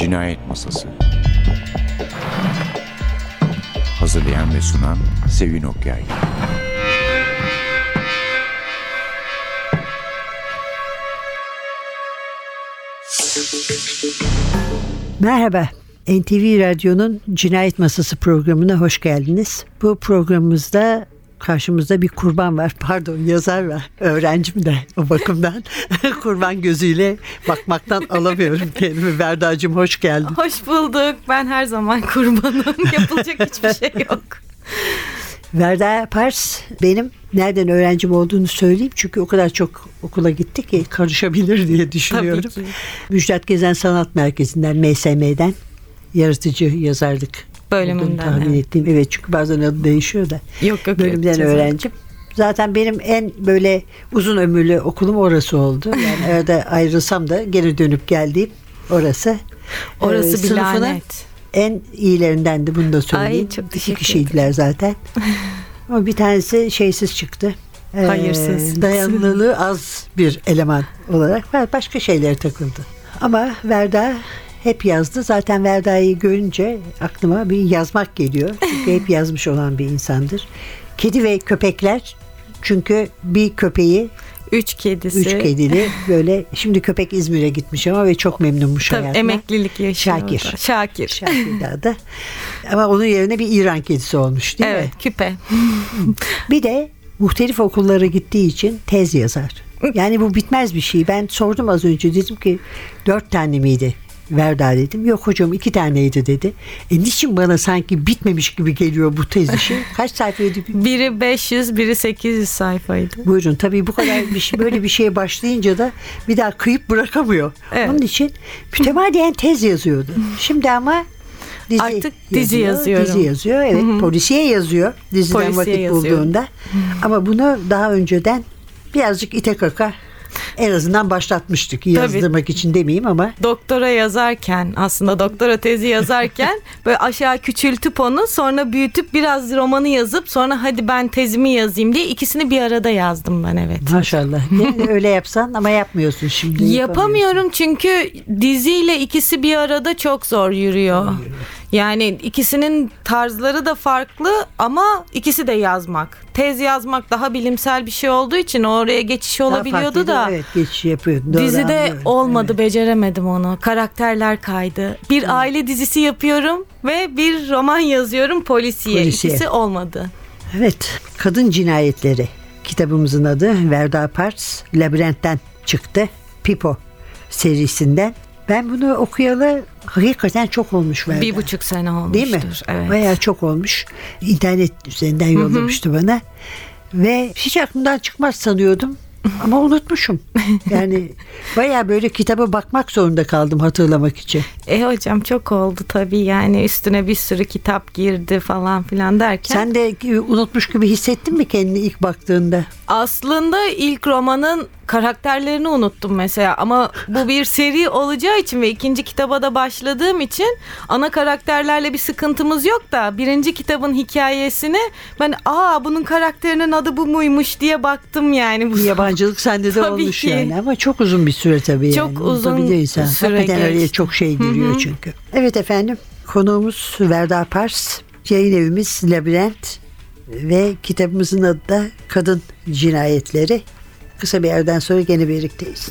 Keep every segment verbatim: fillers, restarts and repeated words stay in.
Cinayet Masası. Hazırlayan ve sunan Sevin Okyay. Merhaba, N T V Radyo'nun Cinayet Masası programına hoş geldiniz. Bu programımızda karşımızda bir kurban var, pardon yazar var, öğrencim de o bakımdan kurban gözüyle bakmaktan alamıyorum kendimi. Verdacığım hoş geldin. Hoş bulduk, ben her zaman kurbanım, yapılacak hiçbir şey yok. Verda Pars benim nereden öğrencim olduğunu söyleyeyim. Çünkü o kadar çok okula gitti ki karışabilir diye düşünüyorum. Tabii ki. Müjdat Gezen Sanat Merkezi'nden, M S M'den yaratıcı yazarlık Bölümünden. tahmin Evet. ettiğim. Evet, çünkü bazen adı değişiyor da. Yok yok. Bölümden evet, öğrencim. Zaten benim en böyle uzun ömürlü okulum orası oldu. Yani arada ayrılsam da geri dönüp geldiğim orası. Orası Ee, bir sınıfının lanet. en iyilerindendi, bunu da söyleyeyim. Ay, çok İki teşekkür kişiydiler zaten. Ama bir tanesi şeysiz çıktı. Ee, Hayırsız. Dayanıklılığı az bir eleman olarak başka şeylere takıldı. Ama Verda hep yazdı. Zaten Verda'yı görünce aklıma bir yazmak geliyor. Çünkü hep yazmış olan bir insandır. Kedi ve köpekler, çünkü bir köpeği, Üç kedisi. üç kedili böyle, şimdi köpek İzmir'e gitmiş ama ve çok memnunmuş Tabii, hayatına. emeklilik yaşıyor. Şakir. orada. Şakir. Şakir de adı. Ama onun yerine bir İran kedisi olmuş değil Evet, mi? küpe. Bir de muhtelif okullara gittiği için tez yazar. Yani bu bitmez bir şey. Ben sordum az önce, dedim ki dört tane miydi Verda dedim. Yok hocam iki taneydi dedi. E niçin bana sanki bitmemiş gibi geliyor bu tez işi? Kaç sayfaydı? Biri beş yüz, biri sekiz yüz sayfaydı. Buyurun, tabii bu kadar bir şey, böyle bir şeye başlayınca da bir daha kıyıp bırakamıyor. Evet. Onun için mütemadiyen tez yazıyordu. Şimdi ama dizi Artık dizi yazıyorum. Dizi yazıyor. Evet, Hı-hı. polisiye yazıyor. Diziden Polisiye vakit yazıyorum. bulduğunda. Ama bunu daha önceden birazcık ite kaka en azından başlatmıştık. Yazdırmak için demeyeyim ama. Doktora yazarken, aslında doktora tezi yazarken böyle aşağı küçültüp onu, sonra büyütüp biraz romanı yazıp sonra hadi ben tezimi yazayım diye ikisini bir arada yazdım ben, evet. Maşallah. Yani öyle yapsan ama yapmıyorsun şimdi. Yapamıyorum çünkü diziyle ikisi bir arada çok zor yürüyor. Yani ikisinin tarzları da farklı ama ikisi de yazmak. Tez yazmak daha bilimsel bir şey olduğu için oraya geçiş Daha olabiliyordu farklıydı, da. evet, geçiş yapıyordun. Doğru, Dizide anlıyorum. olmadı, Evet. beceremedim onu. Karakterler kaydı. Bir Evet. aile dizisi yapıyorum ve bir roman yazıyorum, polisiye. Polisiye. İkisi olmadı. Evet, Kadın Cinayetleri kitabımızın adı. Verda Pars Labirent'ten çıktı. Pipo serisinden. Ben bunu okuyalı hakikaten çok olmuş Verda. Bir buçuk sene olmuştur. Değil mi? Evet. Bayağı çok olmuş. İnternet üzerinden yollamıştı bana. Ve hiç aklımdan çıkmaz sanıyordum. Ama unutmuşum. Yani bayağı böyle kitaba bakmak zorunda kaldım hatırlamak için. E hocam çok oldu tabii, yani üstüne bir sürü kitap girdi falan filan derken. Sen de unutmuş gibi hissettin mi kendini ilk baktığında? Aslında ilk romanın karakterlerini unuttum mesela, ama bu bir seri olacağı için ve ikinci kitaba da başladığım için ana karakterlerle bir sıkıntımız yok da birinci kitabın hikayesine ben aa bunun karakterinin adı bu muymuş diye baktım yani. Bu Yabancılık sende de Tabii olmuş ki. yani, ama çok uzun bir süre tabii. Çok yani. uzun Unutabilirsen. süre Hakikaten araya geçti. çok şey giriyor Hı hı. çünkü. Evet efendim, konuğumuz Verda Pars, yayın evimiz Labirent ve kitabımızın adı da Kadın Cinayetleri. Kısa bir yerden sonra gene birlikteyiz.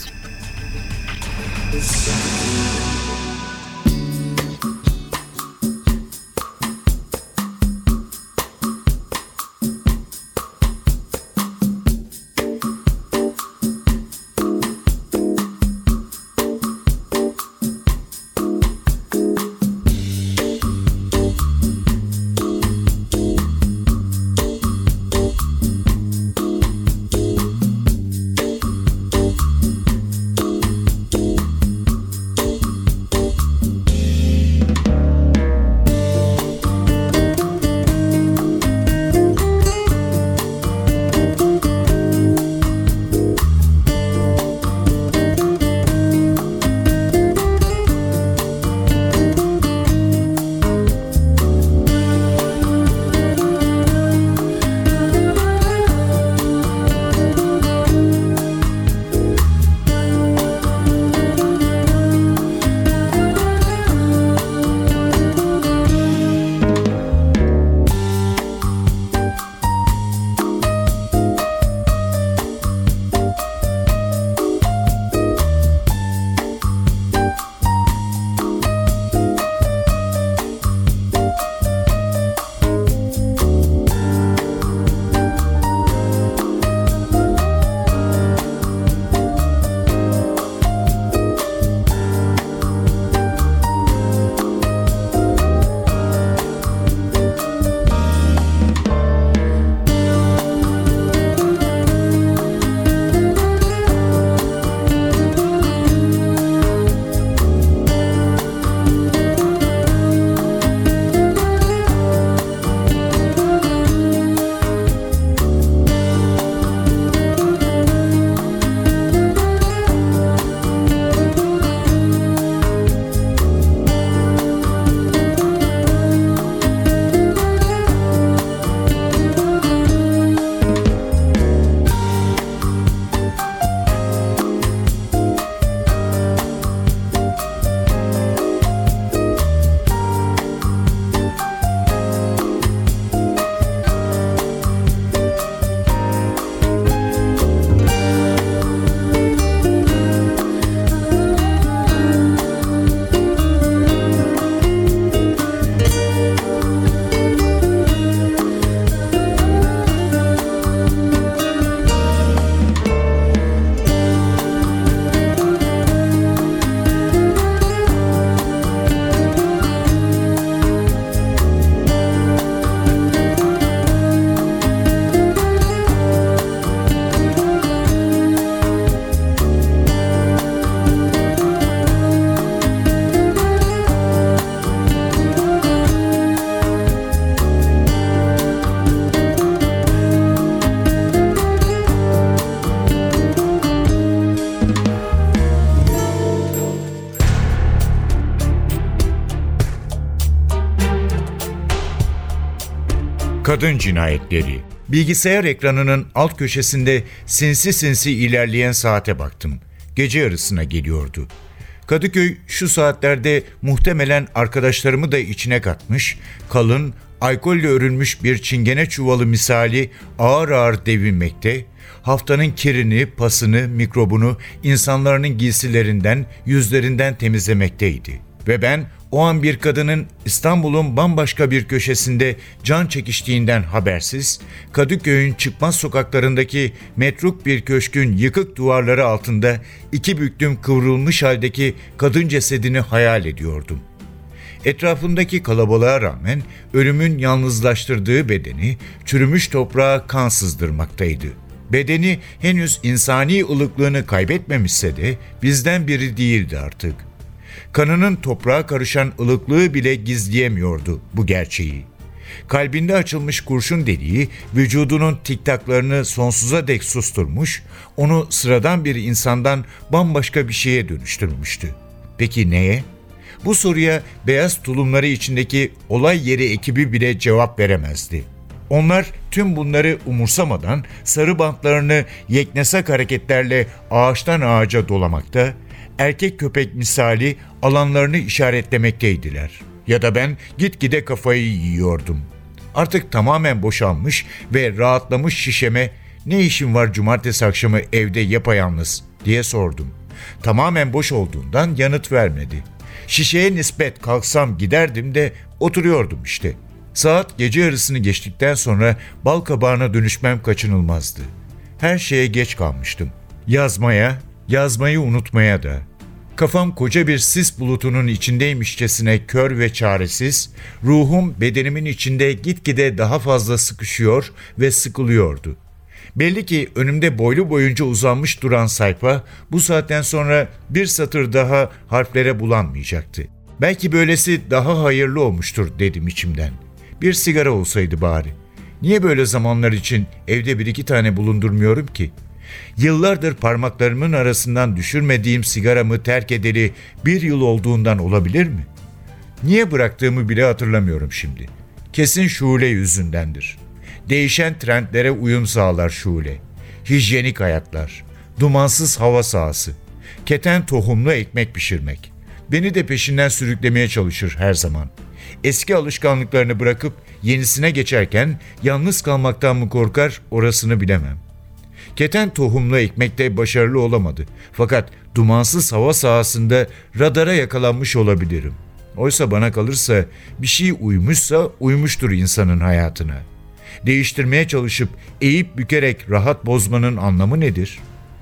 Kadın cinayetleri. Bilgisayar ekranının alt köşesinde sinsi sinsi ilerleyen saate baktım. Gece yarısına geliyordu. Kadıköy şu saatlerde muhtemelen arkadaşlarımı da içine katmış, kalın, alkolle örülmüş bir çingene çuvalı misali ağır ağır devinmekte, haftanın kirini, pasını, mikrobunu insanların giysilerinden, yüzlerinden temizlemekteydi. Ve ben o an bir kadının İstanbul'un bambaşka bir köşesinde can çekiştiğinden habersiz, Kadıköy'ün çıkmaz sokaklarındaki metruk bir köşkün yıkık duvarları altında iki büklüm kıvrılmış haldeki kadın cesedini hayal ediyordum. Etrafındaki kalabalığa rağmen ölümün yalnızlaştırdığı bedeni çürümüş toprağa kan sızdırmaktaydı. Bedeni henüz insani ılıklığını kaybetmemişse de bizden biri değildi artık. Kanının toprağa karışan ılıklığı bile gizleyemiyordu bu gerçeği. Kalbinde açılmış kurşun deliği vücudunun tiktaklarını sonsuza dek susturmuş, onu sıradan bir insandan bambaşka bir şeye dönüştürmüştü. Peki neye? Bu soruya beyaz tulumları içindeki olay yeri ekibi bile cevap veremezdi. Onlar tüm bunları umursamadan sarı bantlarını yeknesak hareketlerle ağaçtan ağaca dolamakta, erkek köpek misali alanlarını işaretlemekteydiler. Ya da ben gitgide kafayı yiyordum. Artık tamamen boşalmış ve rahatlamış şişeme "Ne işin var cumartesi akşamı evde yapayalnız?" diye sordum. Tamamen boş olduğundan yanıt vermedi. Şişeye nispet kalksam giderdim de oturuyordum işte. Saat gece yarısını geçtikten sonra bal kabağına dönüşmem kaçınılmazdı. Her şeye geç kalmıştım. Yazmaya, yazmayı unutmaya da. Kafam koca bir sis bulutunun içindeymişçesine kör ve çaresiz, ruhum bedenimin içinde gitgide daha fazla sıkışıyor ve sıkılıyordu. Belli ki önümde boylu boyunca uzanmış duran sayfa bu saatten sonra bir satır daha harflere bulanmayacaktı. Belki böylesi daha hayırlı olmuştur dedim içimden. Bir sigara olsaydı bari. Niye böyle zamanlar için evde bir iki tane bulundurmuyorum ki? Yıllardır parmaklarımın arasından düşürmediğim sigaramı terk edeli bir yıl olduğundan olabilir mi? Niye bıraktığımı bile hatırlamıyorum şimdi. Kesin Şule yüzündendir. Değişen trendlere uyum sağlar Şule. Hijyenik hayatlar, dumansız hava sahası, keten tohumlu ekmek pişirmek. Beni de peşinden sürüklemeye çalışır her zaman. Eski alışkanlıklarını bırakıp yenisine geçerken yalnız kalmaktan mı korkar orasını bilemem. Keten tohumlu ekmekte başarılı olamadı. Fakat dumansız hava sahasında radara yakalanmış olabilirim. Oysa bana kalırsa bir şey uymuşsa uymuştur insanın hayatına. Değiştirmeye çalışıp eğip bükerek rahat bozmanın anlamı nedir?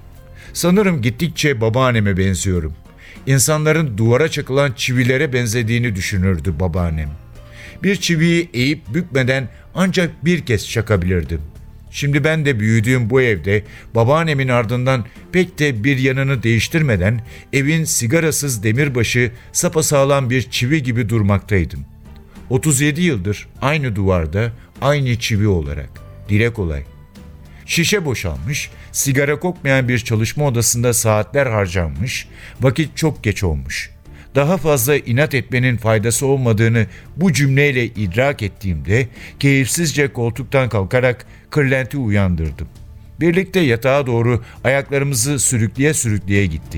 Sanırım gittikçe babaanneme benziyorum. İnsanların duvara çakılan çivilere benzediğini düşünürdü babaannem. Bir çiviyi eğip bükmeden ancak bir kez çakabilirdim. Şimdi ben de büyüdüğüm bu evde babaannemin ardından pek de bir yanını değiştirmeden evin sigarasız demirbaşı sapasağlam bir çivi gibi durmaktaydım. otuz yedi yıldır aynı duvarda, aynı çivi olarak. Dile kolay. Şişe boşalmış, sigara kokmayan bir çalışma odasında saatler harcanmış, vakit çok geç olmuş. Daha fazla inat etmenin faydası olmadığını bu cümleyle idrak ettiğimde keyifsizce koltuktan kalkarak kırlenti uyandırdım. Birlikte yatağa doğru ayaklarımızı sürükleye sürükleye gittik.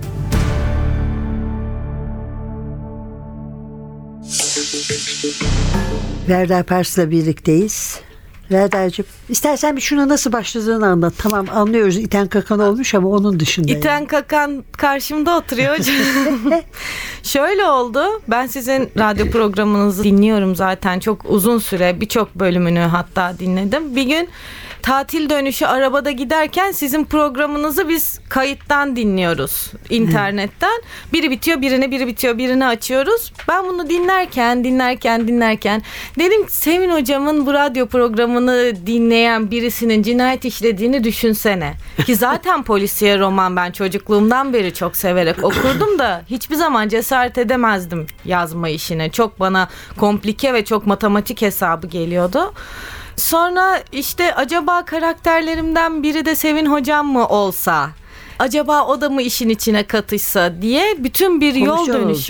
Verda Pars'la birlikteyiz. Verda'cığım, istersen bir şuna nasıl başladığını anlat. Tamam, anlıyoruz iten kakan olmuş ama onun dışında. İten yani. kakan karşımda oturuyor hocam. Şöyle oldu. Ben sizin radyo programınızı dinliyorum zaten çok uzun süre. Birçok bölümünü hatta dinledim. Bir gün tatil dönüşü arabada giderken sizin programınızı biz kayıttan dinliyoruz internetten. Biri bitiyor birini, biri bitiyor birini açıyoruz. Ben bunu dinlerken dinlerken dinlerken dedim Sevin hocamın bu radyo programını dinleyen birisinin cinayet işlediğini düşünsene. Ki zaten polisiye roman ben çocukluğumdan beri çok severek okurdum da hiçbir zaman cesaret edemezdim yazma işine. Çok bana komplike ve çok matematik hesabı geliyordu. Sonra işte acaba karakterlerimden biri de Sevin hocam mı olsa? Acaba o da mı işin içine katışsa diye bütün bir yol Konuşan dönüşü olacağım.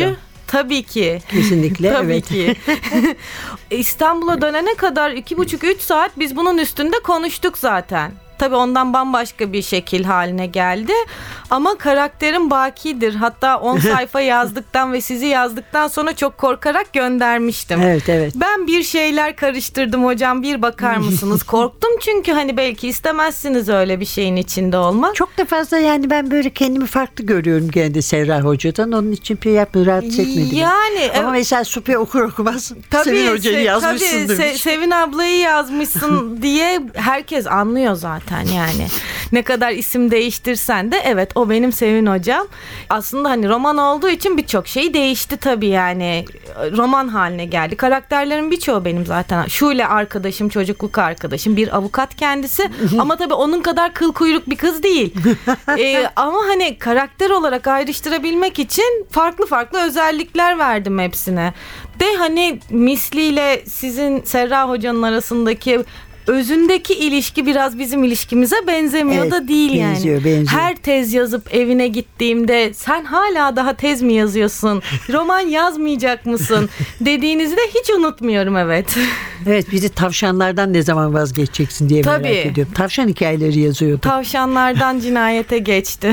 Tabii ki. Kesinlikle. Tabii evet. ki. İstanbul'a dönene kadar iki buçuk üç saat biz bunun üstünde konuştuk zaten. Tabii ondan bambaşka bir şekil haline geldi. Ama karakterim bakidir. Hatta on sayfa yazdıktan ve sizi yazdıktan sonra çok korkarak göndermiştim. Evet, evet. Ben bir şeyler karıştırdım hocam, bir bakar mısınız? Korktum çünkü hani belki istemezsiniz öyle bir şeyin içinde olmak. Çok da fazla yani ben böyle kendimi farklı görüyorum gene de Serra Hoca'dan. Onun için bir yapma rahatsız etmedi. Yani Ama mesela Supi okur okumaz Sevin Hoca'yı se- yazmışsın tabii, demiş. Se- Sevin ablayı yazmışsın diye herkes anlıyor zaten yani. Ne kadar isim değiştirsen de evet o benim Sevin hocam. Aslında hani roman olduğu için birçok şey değişti tabii yani. Roman haline geldi. Karakterlerin birçoğu benim zaten. Şule arkadaşım, çocukluk arkadaşım, bir avukat kendisi. Ama tabii onun kadar kıl kuyruk bir kız değil. ee, ama hani karakter olarak ayrıştırabilmek için farklı farklı özellikler verdim hepsine. De hani misliyle sizin Serra hocanın arasındaki özündeki ilişki biraz bizim ilişkimize benzemiyor Evet, da değil benziyor, yani. benziyor. Her tez yazıp evine gittiğimde sen hala daha tez mi yazıyorsun? Roman yazmayacak mısın? Dediğinizi de hiç unutmuyorum evet. Evet, bir de tavşanlardan ne zaman vazgeçeceksin diye merak Tabii. ediyorum. Tavşan hikayeleri yazıyordu. Tavşanlardan cinayete geçti.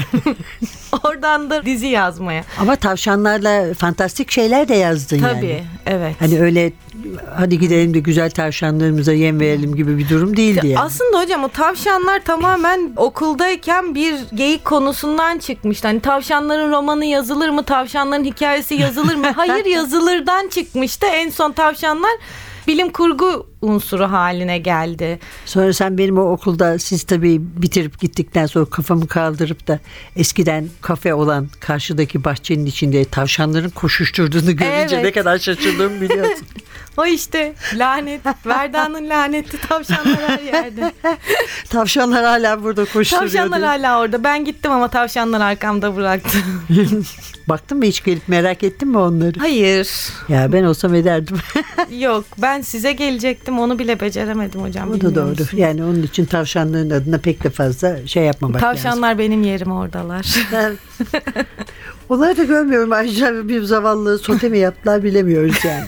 Oradan da dizi yazmaya. Ama tavşanlarla fantastik şeyler de yazdın Tabii yani. evet. Hani öyle hadi gidelim de güzel tavşanlarımıza yem verelim gibi bir durum değildi yani. Aslında hocam o tavşanlar tamamen okuldayken bir geyik konusundan çıkmıştı. Hani tavşanların romanı yazılır mı? Tavşanların hikayesi yazılır mı? Hayır, yazılırdan çıkmıştı. En son tavşanlar bilim kurgu unsuru haline geldi. Sonra sen benim o okulda siz tabii bitirip gittikten sonra kafamı kaldırıp da eskiden kafe olan karşıdaki bahçenin içinde tavşanların koşuşturduğunu görünce Evet. ne kadar şaşırdığımı biliyorsun. O işte lanet. Verda'nın laneti, tavşanlar her yerde. Tavşanlar hala burada koşturuyor. Tavşanlar diye. hala orada. Ben gittim ama tavşanlar arkamda bıraktı. Baktın mı hiç gelip merak ettin mi onları? Hayır. Ya ben olsam ederdim. Yok, ben size gelecektim. Onu bile beceremedim hocam. O da bilmiyor doğru. musunuz? Yani onun için tavşanların adına pek de fazla şey yapmamak lazım. Tavşanlar benim yerim oradalar. Ben- Onları da görmüyorum. Ayrıca bir zavallı sote mi yaptılar bilemiyoruz yani.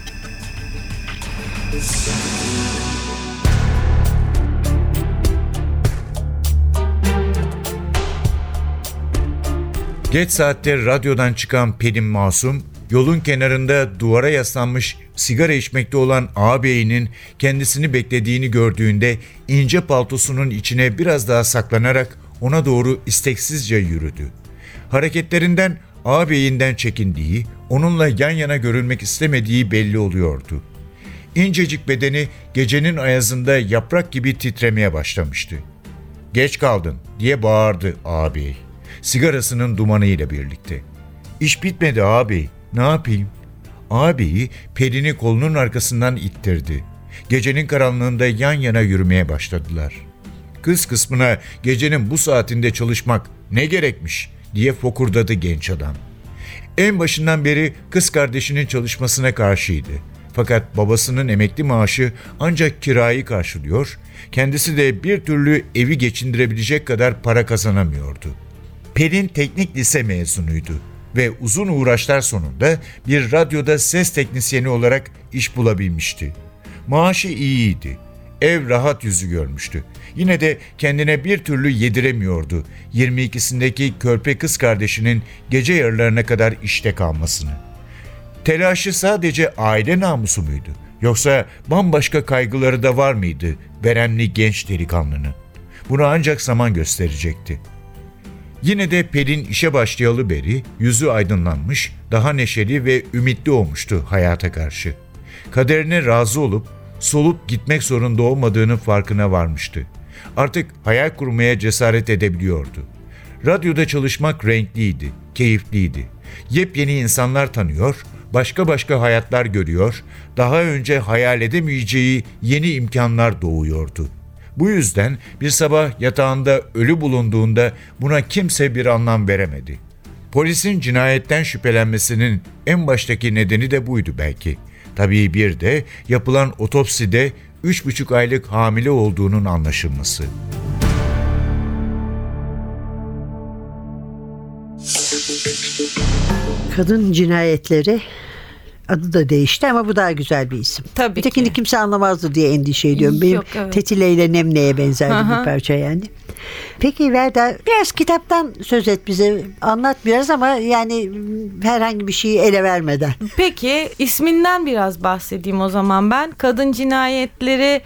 Geç saatte radyodan çıkan Pelin Masum, yolun kenarında duvara yaslanmış sigara içmekte olan ağabeyinin kendisini beklediğini gördüğünde ince paltosunun içine biraz daha saklanarak ona doğru isteksizce yürüdü. Hareketlerinden ağabeyinden çekindiği, onunla yan yana görülmek istemediği belli oluyordu. İncecik bedeni gecenin ayazında yaprak gibi titremeye başlamıştı. "Geç kaldın," diye bağırdı ağabey, sigarasının dumanıyla birlikte. "İş bitmedi ağabey, ne yapayım?" Ağabeyi Pelin'i kolunun arkasından ittirdi. Gecenin karanlığında yan yana yürümeye başladılar. Kız kısmına gecenin bu saatinde çalışmak ne gerekmiş diye fokurdadı genç adam. En başından beri kız kardeşinin çalışmasına karşıydı. Fakat babasının emekli maaşı ancak kirayı karşılıyor, kendisi de bir türlü evi geçindirebilecek kadar para kazanamıyordu. Pelin teknik lise mezunuydu ve uzun uğraşlar sonunda bir radyoda ses teknisyeni olarak iş bulabilmişti. Maaşı iyiydi. Ev rahat yüzü görmüştü. Yine de kendine bir türlü yediremiyordu yirmi ikisindeki körpe kız kardeşinin gece yarılarına kadar işte kalmasını. Telaşı sadece aile namusu muydu? Yoksa bambaşka kaygıları da var mıydı veremli genç delikanlının? Bunu ancak zaman gösterecekti. Yine de Pelin işe başlayalı beri yüzü aydınlanmış, daha neşeli ve ümitli olmuştu hayata karşı. Kaderine razı olup solup gitmek zorunda olmadığının farkına varmıştı. Artık hayal kurmaya cesaret edebiliyordu. Radyoda çalışmak renkliydi, keyifliydi. Yepyeni insanlar tanıyor, başka başka hayatlar görüyor, daha önce hayal edemeyeceği yeni imkanlar doğuyordu. Bu yüzden bir sabah yatağında ölü bulunduğunda buna kimse bir anlam veremedi. Polisin cinayetten şüphelenmesinin en baştaki nedeni de buydu belki. Tabii bir de yapılan otopside üç buçuk aylık hamile olduğunun anlaşılması. Kadın cinayetleri adı da değişti ama bu daha güzel bir isim. Tabii Ötekini ki. kimse anlamazdı diye endişe ediyorum. Benim Yok, evet. Tetile ile Nemne'ye benzerdi Hı hı. bir parça yani. Peki Verda, biraz kitaptan söz et bize. Anlat biraz ama yani herhangi bir şeyi ele vermeden. Peki isminden biraz bahsedeyim o zaman ben. Kadın cinayetleri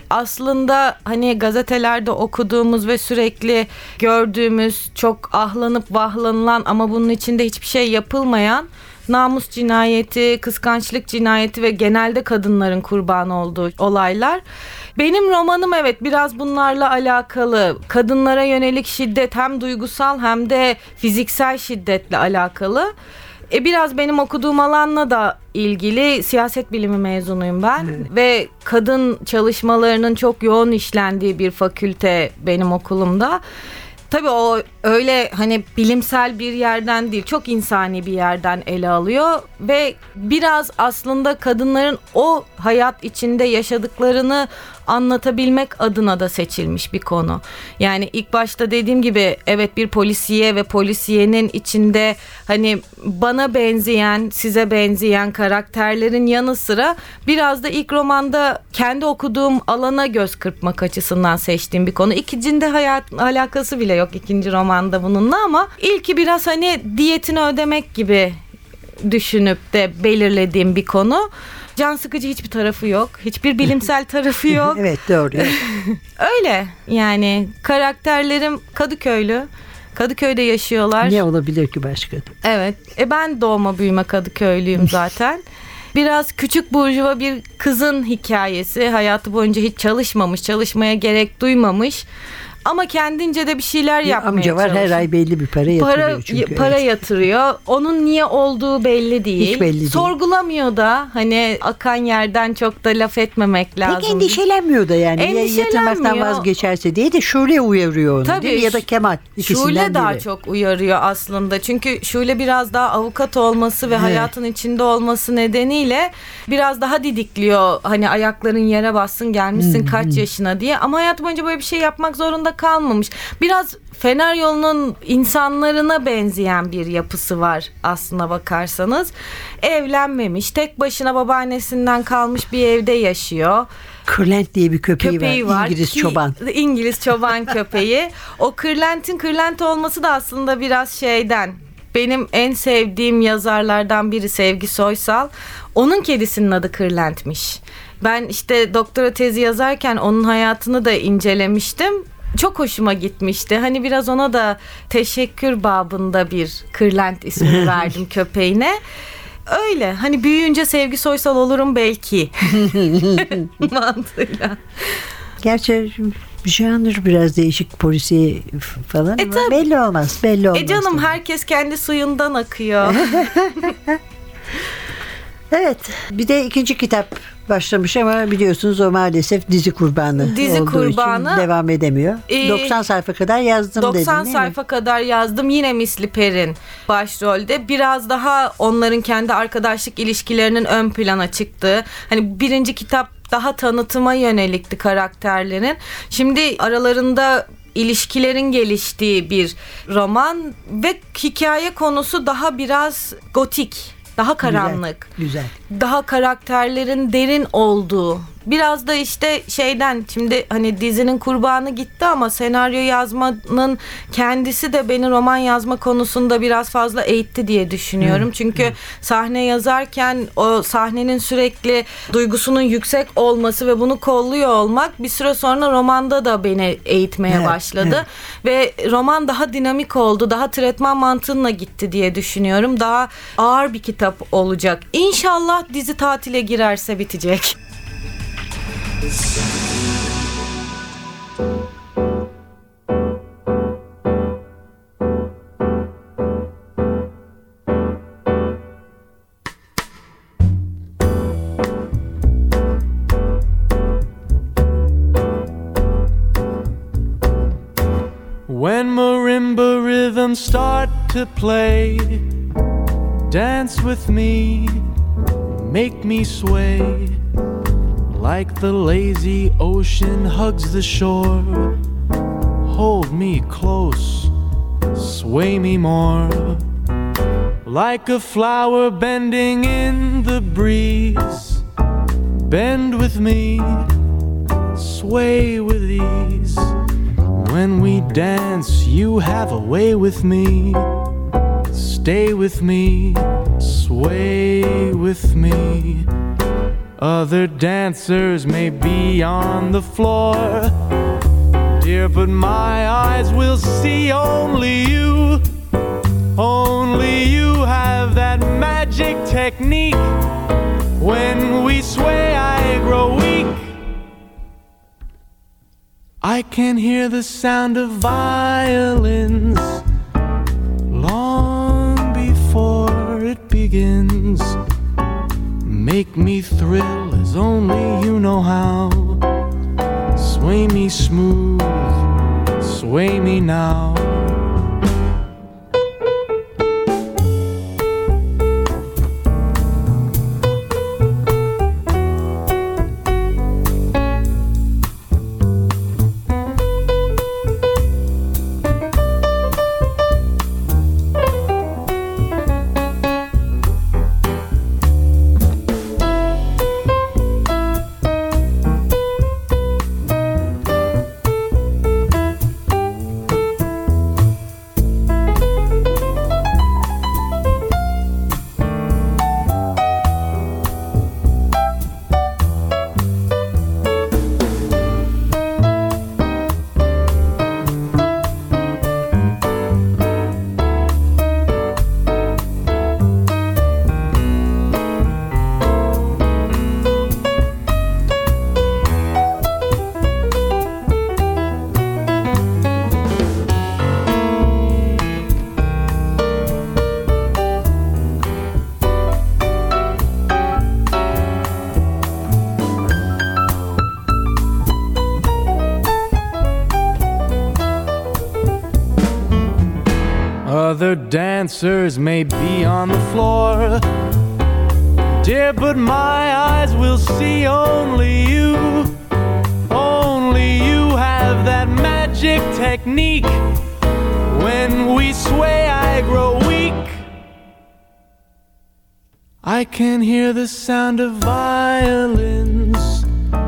aslında hani gazetelerde okuduğumuz ve sürekli gördüğümüz, çok ahlanıp vahlanılan ama bunun içinde hiçbir şey yapılmayan namus cinayeti, kıskançlık cinayeti ve genelde kadınların kurban olduğu olaylar. Benim romanım evet biraz bunlarla alakalı. Kadınlara yönelik şiddet hem duygusal hem de fiziksel şiddetle alakalı. E biraz benim okuduğum alanla da ilgili. Siyaset bilimi mezunuyum ben. Evet. Ve kadın çalışmalarının çok yoğun işlendiği bir fakülte benim okulumda. Tabii o öyle hani bilimsel bir yerden değil, çok insani bir yerden ele alıyor ve biraz aslında kadınların o hayat içinde yaşadıklarını anlatabilmek adına da seçilmiş bir konu. Yani ilk başta dediğim gibi evet bir polisiye ve polisiyenin içinde hani bana benzeyen, size benzeyen karakterlerin yanı sıra biraz da ilk romanda kendi okuduğum alana göz kırpmak açısından seçtiğim bir konu. İkincinde hayat alakası bile yok ikinci romanda bununla ama ilki biraz hani diyetini ödemek gibi düşünüp de belirlediğim bir konu. Can sıkıcı hiçbir tarafı yok. Hiçbir bilimsel tarafı yok. Evet, doğru. Öyle yani karakterlerim Kadıköylü. Kadıköy'de yaşıyorlar. Ne olabilir ki başka? Evet. E ben doğma büyüme Kadıköylüyüm zaten. Biraz küçük burjuva bir kızın hikayesi. Hayatı boyunca hiç çalışmamış, çalışmaya gerek duymamış. Ama kendince de bir şeyler Bir yapmaya amca var, çalışıyor. her ay belli bir para yatırıyor Para, çünkü. para evet. yatırıyor. Onun niye olduğu belli değil. Hiç belli değil. Sorgulamıyor da hani akan yerden çok da laf etmemek lazım. Peki endişelenmiyor da yani. Ya Endişelenmiyor. yatırmaktan vazgeçerse diye de Şule uyarıyor onu. Tabii, değil mi? Ya da Kemal. İkisinden Şule biri. daha çok uyarıyor aslında. Çünkü Şule biraz daha avukat olması ve Evet. hayatın içinde olması nedeniyle biraz daha didikliyor. Hani ayakların yere bassın, gelmişsin Hmm, kaç yaşına diye. Ama hayat boyunca böyle bir şey yapmak zorunda kalmamış. Biraz Fener yolunun insanlarına benzeyen bir yapısı var aslına bakarsanız. Evlenmemiş, tek başına babaannesinden kalmış bir evde yaşıyor. Kırlent diye bir köpeği, Köpeği var. var. İngiliz Ki- çoban. İngiliz çoban köpeği. O Kırlent'in Kırlent olması da aslında biraz şeyden. Benim en sevdiğim yazarlardan biri Sevgi Soysal. Onun kedisinin adı Kırlent'miş. Ben işte doktora tezi yazarken onun hayatını da incelemiştim. Çok hoşuma gitmişti. Hani biraz ona da teşekkür babında bir Kırlent ismini verdim köpeğine. Öyle. Hani büyüyünce Sevgi Soysal olurum belki. Mantığıyla. Gerçi janr biraz değişik, polisiye falan E ama tabii. belli olmaz. Belli olmaz. E canım tabii. herkes kendi suyundan akıyor. Evet. Bir de ikinci kitap başlamış ama biliyorsunuz o maalesef dizi kurbanı Dizi olduğu kurbanı. için devam edemiyor. Ee, doksan sayfa kadar yazdım dedin doksan değil mi? sayfa kadar yazdım. Yine Misli Per'in başrolde. Biraz daha onların kendi arkadaşlık ilişkilerinin ön plana çıktığı. Hani birinci kitap daha tanıtıma yönelikti karakterlerin. Şimdi aralarında ilişkilerin geliştiği bir roman ve hikaye konusu daha biraz gotik, daha karanlık. Güzel. Daha karakterlerin derin olduğu, biraz da işte şeyden, şimdi hani dizinin kurbanı gitti ama senaryo yazmanın kendisi de beni roman yazma konusunda biraz fazla eğitti diye düşünüyorum. Hı, Çünkü hı. sahne yazarken o sahnenin sürekli duygusunun yüksek olması ve bunu kolluyor olmak bir süre sonra romanda da beni eğitmeye Evet, başladı. Ve roman daha dinamik oldu, daha tretman mantığına gitti diye düşünüyorum. Daha ağır bir kitap olacak. İnşallah dizi tatile girerse bitecek. When marimba rhythms start to play, dance with me, make me sway, like the lazy ocean hugs the shore. Hold me close, sway me more. like a flower bending in the breeze. Bend with me, sway with ease. When we dance, you have a way with me. Stay with me, sway with me. Other dancers may be on the floor, dear, but my eyes will see only you. Only you have that magic technique. When we sway, I grow weak. I can hear the sound of violins long before it begins. Make me thrill as only you know how. Sway me smooth, sway me now. Other dancers may be on the floor, dear, but my eyes will see only you. Only you have that magic technique. When we sway, I grow weak. I can hear the sound of violins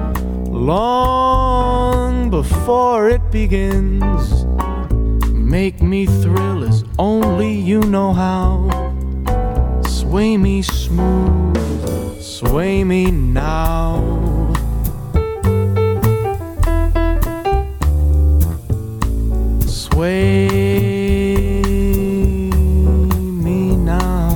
long before it begins. Make me thrill as only you know how. Sway me smooth, sway me now. Sway me now.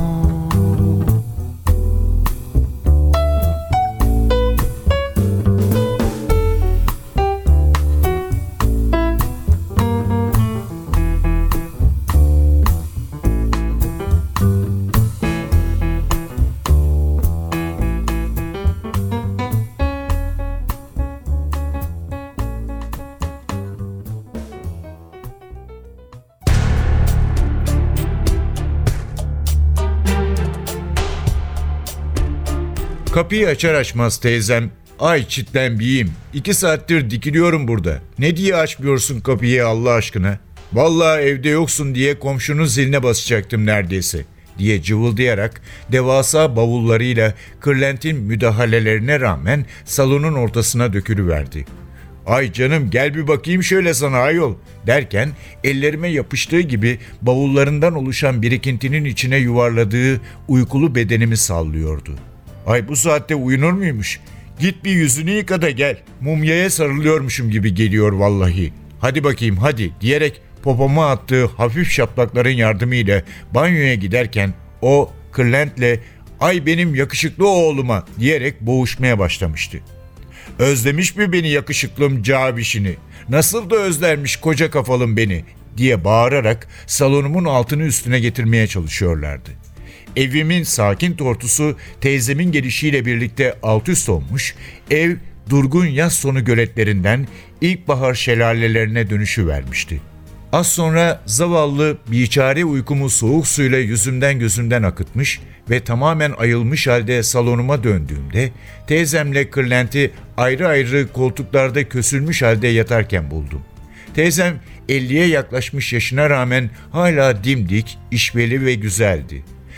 Kapıyı açar açmaz teyzem, "Ay çitlenbiyim, iki saattir dikiliyorum burada. Ne diye açmıyorsun kapıyı Allah aşkına? Vallahi evde yoksun diye komşunun ziline basacaktım neredeyse," diye cıvıldayarak devasa bavullarıyla Kırlent'in müdahalelerine rağmen salonun ortasına dökülüverdi. "Ay canım gel bir bakayım şöyle sana ayol," derken ellerime yapıştığı gibi bavullarından oluşan birikintinin içine yuvarladığı uykulu bedenimi sallıyordu. "Ay bu saatte uyunur muymuş? Git bir yüzünü yıka da gel. Mumyaya sarılıyormuşum gibi geliyor vallahi. Hadi bakayım hadi," diyerek popoma attığı hafif şaplakların yardımıyla banyoya giderken o Kırlent'le "Ay benim yakışıklı oğluma," diyerek boğuşmaya başlamıştı. "Özlemiş mi beni yakışıklım cavişini? Nasıl da özlermiş koca kafalım beni," diye bağırarak salonumun altını üstüne getirmeye çalışıyorlardı. Evimin sakin tortusu teyzemin gelişiyle birlikte alt üst olmuş, ev durgun yaz sonu göletlerinden ilkbahar şelalelerine dönüşüvermişti. Az sonra zavallı biçare uykumu soğuk suyla yüzümden gözümden akıtmış ve tamamen ayılmış halde salonuma döndüğümde teyzemle Kırlent'i ayrı ayrı koltuklarda kösülmüş halde yatarken buldum. Teyzem elliye yaklaşmış yaşına rağmen hala dimdik, işveli ve güzeldi.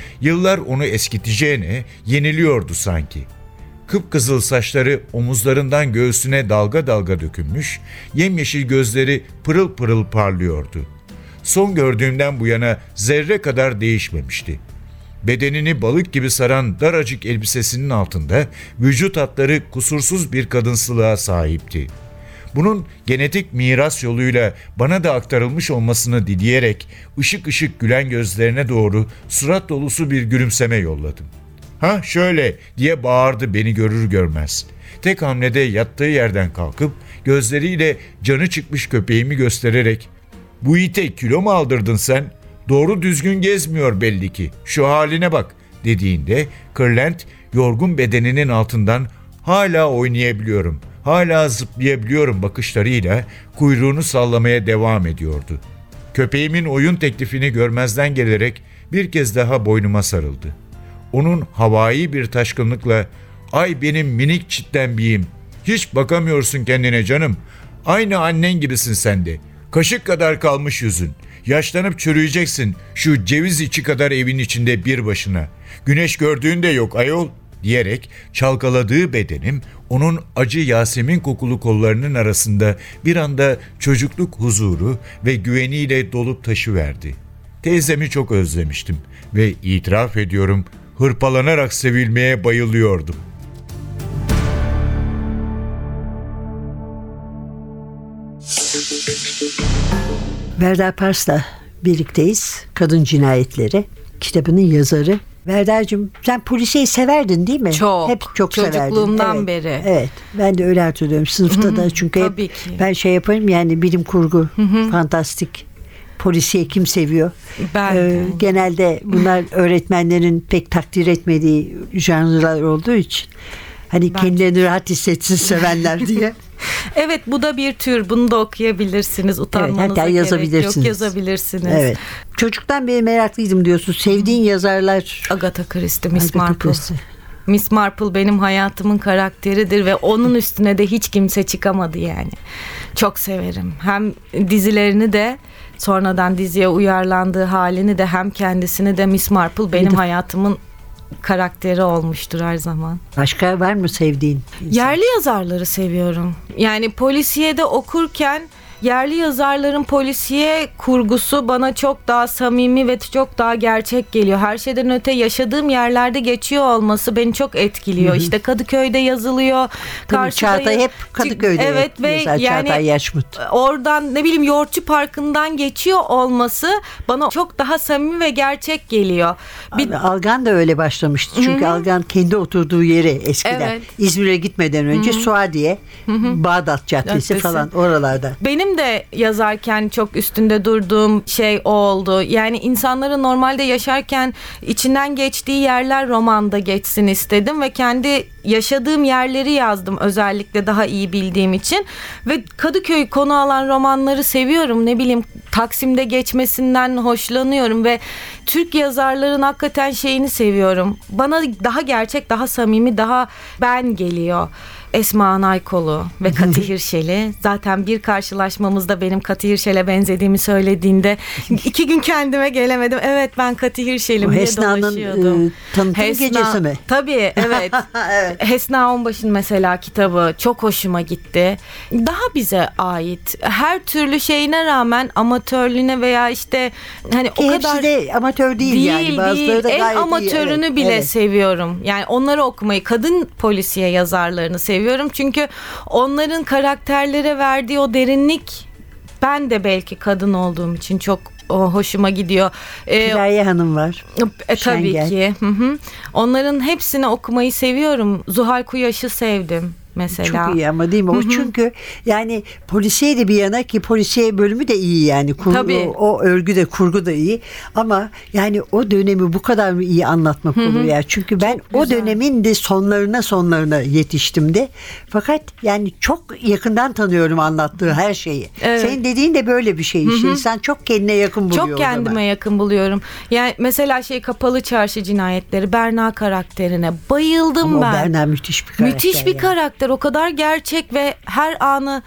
Yıllar onu eskiteceğine yeniliyordu sanki. Kıpkızıl saçları omuzlarından göğsüne dalga dalga dökülmüş, yemyeşil gözleri pırıl pırıl parlıyordu. Son gördüğümden bu yana zerre kadar değişmemişti. Bedenini balık gibi saran daracık elbisesinin altında vücut hatları kusursuz bir kadınsılığa sahipti. Bunun genetik miras yoluyla bana da aktarılmış olmasını dileyerek ışık ışık gülen gözlerine doğru surat dolusu bir gülümseme yolladım. "Ha şöyle" diye bağırdı beni görür görmez. Tek hamlede yattığı yerden kalkıp gözleriyle canı çıkmış köpeğimi göstererek "Bu ite kilo mu aldırdın sen? Doğru düzgün gezmiyor belli ki. Şu haline bak" dediğinde kırlent yorgun bedeninin altından "Hala oynayabiliyorum, hala zıplayabiliyorum" bakışlarıyla kuyruğunu sallamaya devam ediyordu. Köpeğimin oyun teklifini görmezden gelerek bir kez daha boynuma sarıldı. Onun havai bir taşkınlıkla "Ay benim minik çitlenbiyim, hiç bakamıyorsun kendine canım. Aynı annen gibisin sen de. Kaşık kadar kalmış yüzün. Yaşlanıp çürüyeceksin şu ceviz içi kadar evin içinde bir başına. Güneş gördüğün de yok ayol" diyerek çalkaladığı bedenim onun acı Yasemin kokulu kollarının arasında bir anda çocukluk huzuru ve güveniyle dolup taşıverdi. Teyzemi çok özlemiştim ve itiraf ediyorum hırpalanarak sevilmeye bayılıyordum. Verda Pars'la birlikteyiz. Kadın Cinayetleri kitabının yazarı. Verda'cığım sen polisiyeyi severdin değil mi? Çok. Hep çok severdin. Çocukluğumdan Evet, beri. Evet. Ben de öyle hatırlıyorum. Sınıfta da çünkü hep tabii ki. ben şey yaparım yani bilim kurgu, fantastik, polisiye kim seviyor? Ben Ee, de. genelde bunlar öğretmenlerin pek takdir etmediği janrlar olduğu için hani Ben- kendilerini rahat hissetsin sevenler diye. Evet, bu da bir tür. Bunu da okuyabilirsiniz. Utanmanıza Evet, hatta gerek yazabilirsiniz. yok. Yazabilirsiniz. Evet. Çocuktan beri meraklıydım diyorsun. Sevdiğin yazarlar. Agatha Christie, Miss Agatha Marple. Christie. Miss Marple benim hayatımın karakteridir ve onun üstüne de hiç kimse çıkamadı yani. Çok severim. Hem dizilerini de sonradan diziye uyarlandığı halini de hem kendisini de Miss Marple benim Neydi? hayatımın karakteri olmuştur her zaman. Başka var mı sevdiğin? insan? Yerli yazarları seviyorum. Yani polisiyede okurken yerli yazarların polisiye kurgusu bana çok daha samimi ve çok daha gerçek geliyor. Her şeyden öte yaşadığım yerlerde geçiyor olması beni çok etkiliyor. İşte Kadıköy'de yazılıyor. Tabii Karşıda Çağatay hep Kadıköy'de. Evet ve yazar, yani Çağatay Yaşmut. oradan ne bileyim Yoğurtçu Parkı'ndan geçiyor olması bana çok daha samimi ve gerçek geliyor. Bir, Algan da öyle başlamıştı. Çünkü Algan kendi oturduğu yeri eskiden. Evet. İzmir'e gitmeden önce Suadiye, Bağdat Caddesi, Caddesi. falan oralarda. Benim de yazarken çok üstünde durduğum şey o oldu. Yani insanların normalde yaşarken içinden geçtiği yerler romanda geçsin istedim ve kendi yaşadığım yerleri yazdım özellikle daha iyi bildiğim için. Ve Kadıköy konu alan romanları seviyorum. Ne bileyim Taksim'de geçmesinden hoşlanıyorum ve Türk yazarların hakikaten şeyini seviyorum. Bana daha gerçek, daha samimi, daha ben geliyor. Esma Anaykolu ve Katı Hirşeli. Zaten bir karşılaşmamızda benim Katı Hirşel'e benzediğimi söylediğinde iki gün kendime gelemedim. Evet ben Katı Hirşel'im O diye Hesna'nın dolaşıyordum. e, tanıtım gecesi mi? Tabii evet. Evet. Hesna Onbaş'ın mesela kitabı çok hoşuma gitti. Daha bize ait. Her türlü şeyine rağmen amatörlüğüne veya işte hani Ki o hepsi kadar de amatör değil, yani. Bazıları da en gayet iyi. amatörünü Evet, bile evet. seviyorum. Yani onları okumayı, kadın polisiye yazarlarını seviyorum. Çünkü onların karakterlere verdiği o derinlik ben de belki kadın olduğum için çok o, hoşuma gidiyor. Ee, Firaye Hanım var. e, tabii Şengel. ki. Hı hı. Onların hepsini okumayı seviyorum. Zuhal Kuyaş'ı sevdim mesela. Çok iyi ama değil mi? O çünkü yani polisiye de bir yana ki polisiye bölümü de iyi yani. Kur, Tabii. O, o örgü de kurgu da iyi. Ama yani o dönemi bu kadar mı iyi anlatmak oluyor ya? Çünkü ben o güzel. dönemin de sonlarına sonlarına yetiştim de. Fakat yani çok yakından tanıyorum anlattığı her şeyi. Evet. Senin dediğin de böyle bir şey işte. İnsan çok kendine yakın buluyor Çok o zaman. kendime yakın buluyorum. Yani mesela şey Kapalı Çarşı cinayetleri, Berna karakterine bayıldım Ama ben. o Berna müthiş bir karakter. Müthiş bir yani. karakter. O kadar gerçek ve her anı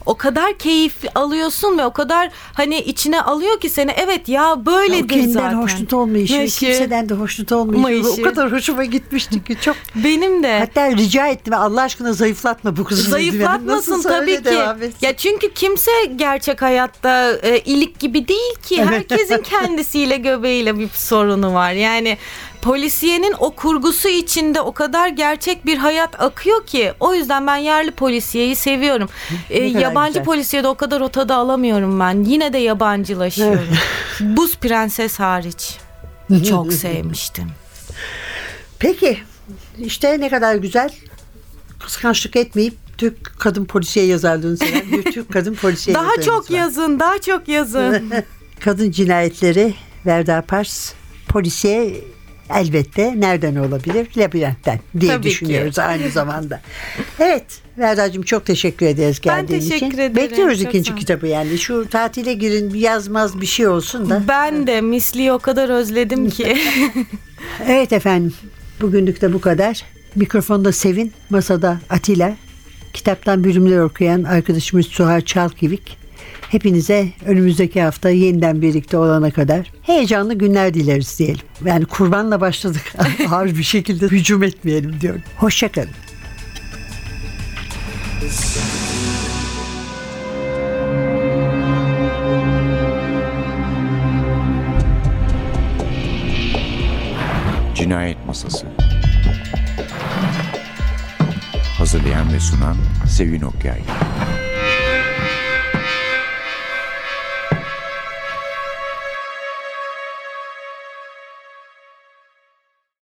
o kadar keyif alıyorsun ve o kadar hani içine alıyor ki seni, evet ya böyledir O kendinden zaten. hoşnut olmayışı, Mayışı. kimseden de hoşnut olmayışı. Mayışı. O kadar hoşuma gitmişti ki çok. Benim de. Hatta rica ettim, Allah aşkına zayıflatma bu kızı. Zayıflatmasın Nasılsa tabii öyle ki. devam etsin. Ya çünkü kimse gerçek hayatta e, ilik gibi değil ki. Herkesin kendisiyle göbeğiyle bir sorunu var. Yani polisiyenin o kurgusu içinde o kadar gerçek bir hayat akıyor ki, o yüzden ben yerli polisiyeyi seviyorum. E, kadar yabancı güzel. polisiyede o kadar o tadı alamıyorum ben. Yine de yabancılaşıyorum. Buz Prenses hariç. Çok sevmiştim. Peki işte ne kadar güzel, kıskançlık etmeyip Türk kadın polisiye yazarlığını seven bir Türk kadın polisiye Daha yazarımız çok var. yazın, daha çok yazın. Kadın cinayetleri, Verda Pars, polisiye elbette nereden olabilir? Labirentten diye Tabii ki. düşünüyoruz aynı zamanda. Evet Verda'cığım, çok teşekkür ederiz Ben geldiğin için. teşekkür ederim. Bekliyoruz Çok ikinci sağ ol. kitabı yani. Şu tatile girin, bir yazmaz bir şey olsun da. Ben de misliyi o kadar özledim ki. Evet efendim, bugünlük de bu kadar. Mikrofonda Sevin, masada Atilla, kitaptan bölümler okuyan arkadaşımız Suha Çalkivik. Hepinize önümüzdeki hafta yeniden birlikte olana kadar heyecanlı günler dileriz diyelim. Yani kurbanla başladık. Ağır bir şekilde hücum etmeyelim diyorum. Hoşçakalın. Cinayet Masası. Hazırlayan ve sunan Sevin Okyay.